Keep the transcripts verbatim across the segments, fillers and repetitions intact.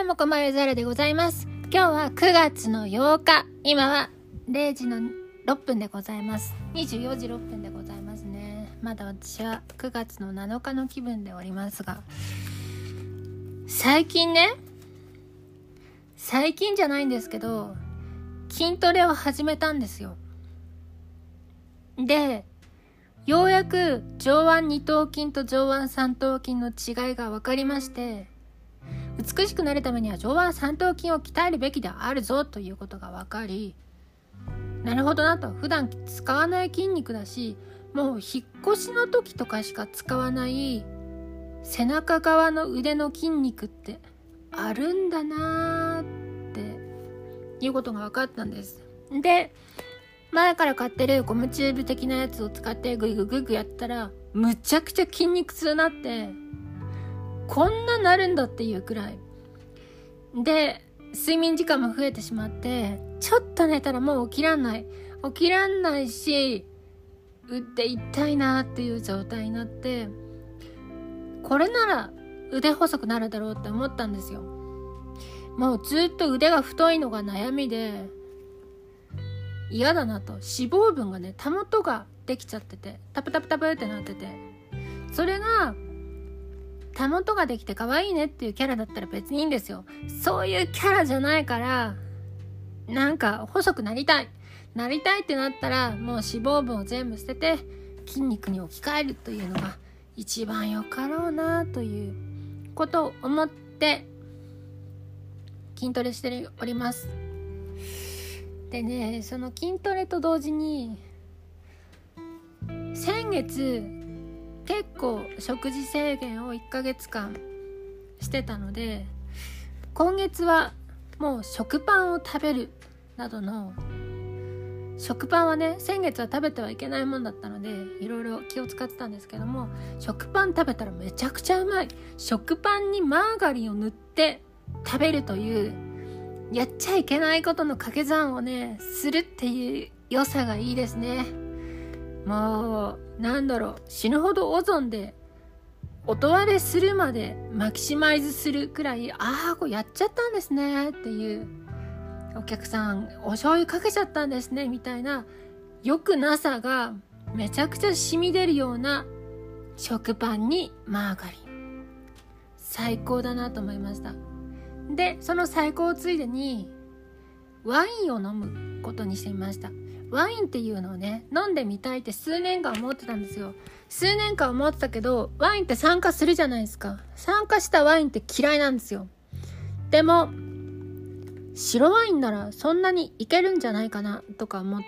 どうもこんばんは、ザラでございます。今日はくがつのようか、今はれいじのろっぷんでございます。にじゅうよじろっぷんでございますね。まだ私はくがつのなのかの気分でおりますが、最近ね最近じゃないんですけど筋トレを始めたんですよ。でようやく上腕二頭筋と上腕三頭筋の違いが分かりまして、美しくなるためには上腕三頭筋を鍛えるべきであるぞということが分かり、なるほどなと。普段使わない筋肉だし、もう引っ越しの時とかしか使わない背中側の腕の筋肉ってあるんだなっていうことが分かったんです。で前から買ってるゴムチューブ的なやつを使ってグイググイグやったらむちゃくちゃ筋肉痛になって、こんななるんだっていうくらいで、睡眠時間も増えてしまって、ちょっと寝たらもう起きらんない起きらんないし腕痛いなっていう状態になって、これなら腕細くなるだろうって思ったんですよ。もうずっと腕が太いのが悩みで嫌だなと。脂肪分がね、たもとができちゃってて、タプタプタプってなってて、それがたもとができて可愛いねっていうキャラだったら別にいいんですよ。そういうキャラじゃないから、なんか細くなりたいなりたいってなったら、もう脂肪分を全部捨てて筋肉に置き換えるというのが一番よかろうなということを思って筋トレしております。でね、その筋トレと同時に先月結構食事制限をいっかげつかんしてたので、今月はもう食パンを食べるなどの、食パンはね先月は食べてはいけないもんだったのでいろいろ気を使ってたんですけども、食パン食べたらめちゃくちゃうまい。食パンにマーガリンを塗って食べるというやっちゃいけないことの掛け算をねするっていう良さがいいですね。もうなんだろう、死ぬほどオゾンで音割れするまでマキシマイズするくらい、ああこれやっちゃったんですねっていう、お客さんお醤油かけちゃったんですねみたいなよくなさがめちゃくちゃ染み出るような食パンにマーガリン、最高だなと思いました。でその最高ついでにワインを飲むことにしてみました。ワインっていうのをね飲んでみたいって数年間思ってたんですよ。数年間思ってたけど、ワインって酸化するじゃないですか。酸化したワインって嫌いなんですよ。でも白ワインならそんなにいけるんじゃないかなとか思って、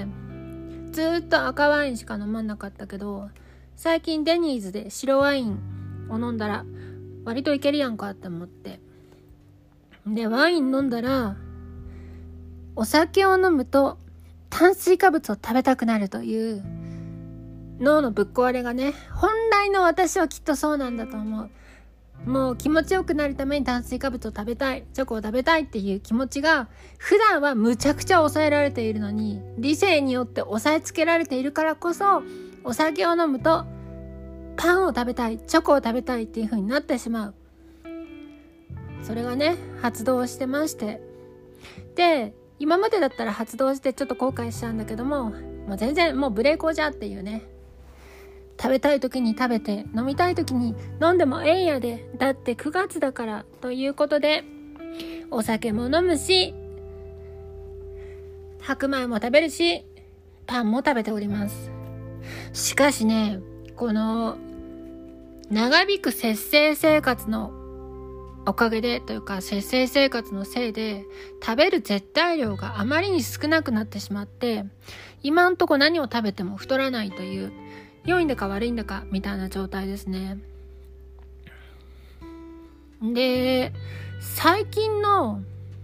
ずっと赤ワインしか飲まなかったけど、最近デニーズで白ワインを飲んだら割といけるやんかって思って、でワイン飲んだら、お酒を飲むと炭水化物を食べたくなるという脳のぶっ壊れがね、本来の私はきっとそうなんだと思う。もう気持ちよくなるために炭水化物を食べたい、チョコを食べたいっていう気持ちが普段はむちゃくちゃ抑えられているのに、理性によって抑えつけられているからこそ、お酒を飲むとパンを食べたい、チョコを食べたいっていう風になってしまう。それがね発動してまして、で今までだったら発動してちょっと後悔しちゃうんだけども、もう全然もうブレーコーじゃっていうね、食べたい時に食べて飲みたい時に飲んでもええんやで、だってくがつだからということで、お酒も飲むし白米も食べるしパンも食べております。しかしね、この長引く節制生活のおかげでというか、節制生活のせいで食べる絶対量があまりに少なくなってしまって、今んとこ何を食べても太らないという、良いんだか悪いんだかみたいな状態ですね。で最近の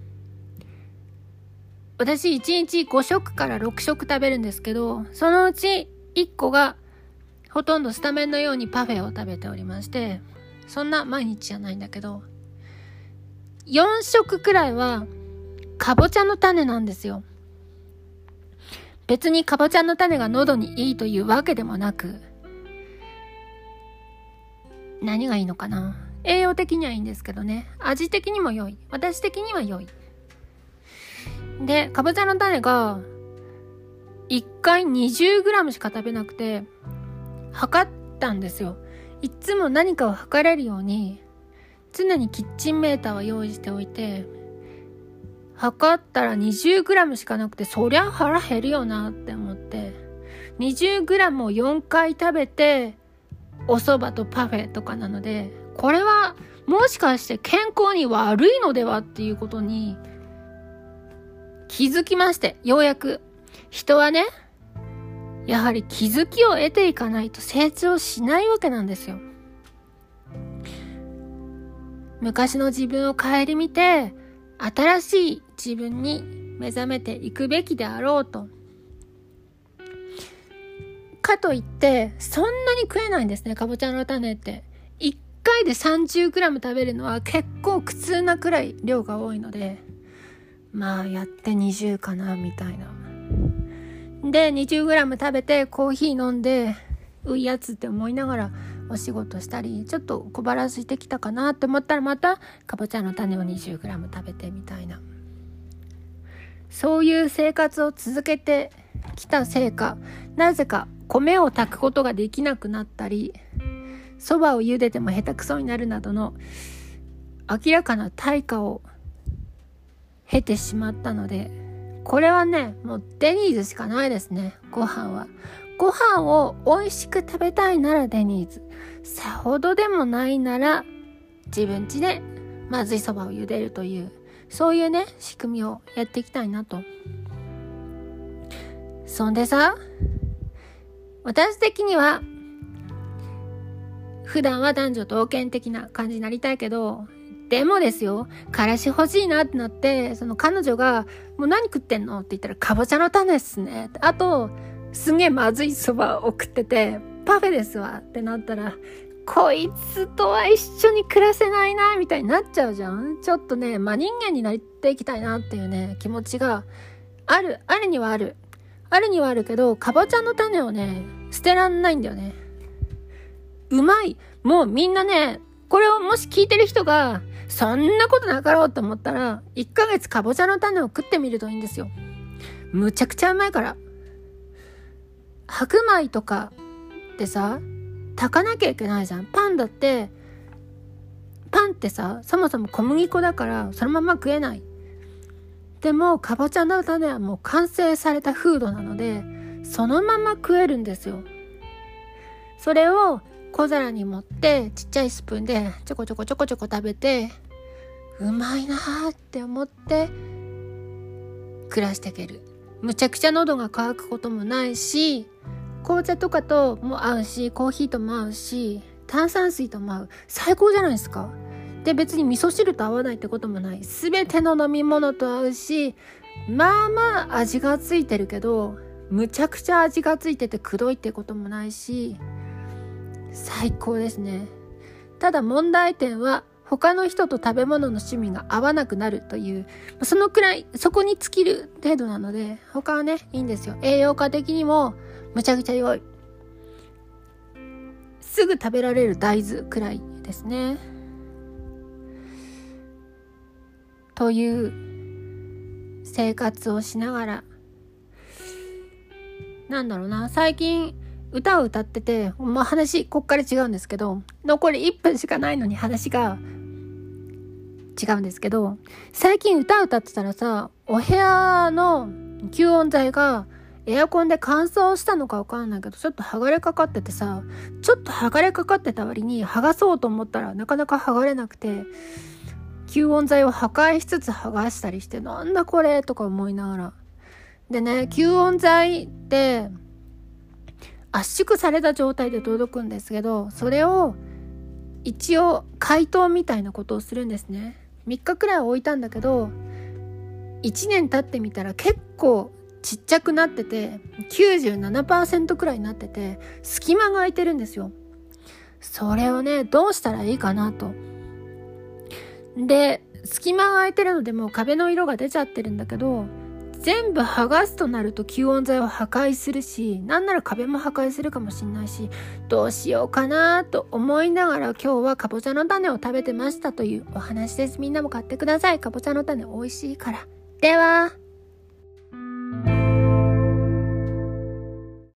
私いちにちごしょくからろくしょく食べるんですけど、そのうちいっこがほとんどスタメンのようにパフェを食べておりまして、そんな毎日じゃないんだけど、よんしょくくらいはかぼちゃの種なんですよ。別にかぼちゃの種が喉にいいというわけでもなく、何がいいのかな、 栄養的にはいいんですけどね、味的にも良い、私的には良い。で、かぼちゃの種がいっかい にじゅうグラム しか食べなくて、測ったんですよ。いつも何かを測れるように常にキッチンメーターは用意しておいて、測ったら にじゅうグラム しかなくて、そりゃ腹減るよなって思って、にじゅうグラム をよんかい食べてお蕎麦とパフェとかなので、これはもしかして健康に悪いのではっていうことに気づきまして、ようやく人はね、やはり気づきを得ていかないと成長しないわけなんですよ。昔の自分を顧みて、新しい自分に目覚めていくべきであろうと。かといってそんなに食えないんですね、かぼちゃの種って。いっかいで さんじゅうグラム 食べるのは結構苦痛なくらい量が多いので、まあやってにじゅうかなみたいな。で にじゅうグラム 食べてコーヒー飲んでういやつって思いながらお仕事したり、ちょっと小腹空いてきたかなって思ったらまたかぼちゃの種を にじゅうグラム 食べてみたいな、そういう生活を続けてきたせいか、なぜか米を炊くことができなくなったり、そばを茹でても下手くそになるなどの明らかな対価を経てしまったので、これはね、もうデニーズしかないですね。ご飯はご飯を美味しく食べたいならデニーズ、さほどでもないなら自分家でまずいそばを茹でるという、そういうね仕組みをやっていきたいなと。そんでさ、私的には普段は男女同権的な感じになりたいけど、でもですよ、彼氏欲しいなってなって、その彼女がもう何食ってんのって言ったら、かぼちゃの種っすね、あとすんげえまずいそばを食っててパフェですわってなったら、こいつとは一緒に暮らせないなみたいになっちゃうじゃん。ちょっとね、真人間になっていきたいなっていうね気持ちがあるあるにはあるあるにはあるけど、かぼちゃの種をね捨てらんないんだよね。うまい。もうみんなね、これをもし聞いてる人がそんなことなかろうと思ったら、いっかげつかぼちゃの種を食ってみるといいんですよ。むちゃくちゃうまいから。白米とかってさ、炊かなきゃいけないじゃん。パンだってパンってさ、そもそも小麦粉だからそのまま食えない。でもかぼちゃの種はもう完成されたフードなので、そのまま食えるんですよ。それを小皿に盛ってちっちゃいスプーンでちょこちょこちょこちょこ食べて、うまいなーって思って暮らしていける。むちゃくちゃ喉が渇くこともないし、紅茶とかとも合うし、コーヒーとも合うし、炭酸水とも合う。最高じゃないですか。で、別に味噌汁と合わないってこともない。すべての飲み物と合うし、まあまあ味がついてるけど、むちゃくちゃ味がついててくどいってこともないし、最高ですね。ただ問題点は、他の人と食べ物の趣味が合わなくなるという、そのくらい、そこに尽きる程度なので、他はね、いいんですよ。栄養価的にもむちゃくちゃ良い。すぐ食べられる大豆くらいですね。という生活をしながら、なんだろうな、最近歌を歌ってて、まあ話こっから違うんですけど、残りいっぷんしかないのに話が違うんですけど、最近歌を歌ってたらさ、お部屋の吸音材がエアコンで乾燥したのかわかんないけど、ちょっと剥がれかかっててさ、ちょっと剥がれかかってた割に剥がそうと思ったらなかなか剥がれなくて、吸音材を破壊しつつ剥がしたりして、なんだこれとか思いながら。でね、吸音材って圧縮された状態で届くんですけど、それを一応解凍みたいなことをするんですね。みっかくらい置いたんだけど、いちねん経ってみたら結構ちっちゃくなってて、きゅうじゅうななパーセント くらいになってて、隙間が空いてるんですよ。それをね、どうしたらいいかなと。で、隙間が空いてるのでもう壁の色が出ちゃってるんだけど、 全部剥がすとなると吸音材を破壊するし、なんなら壁も破壊するかもしれないし、どうしようかなと思いながら今日はかぼちゃの種を食べてましたというお話です。みんなも買ってください。かぼちゃの種美味しいから。では。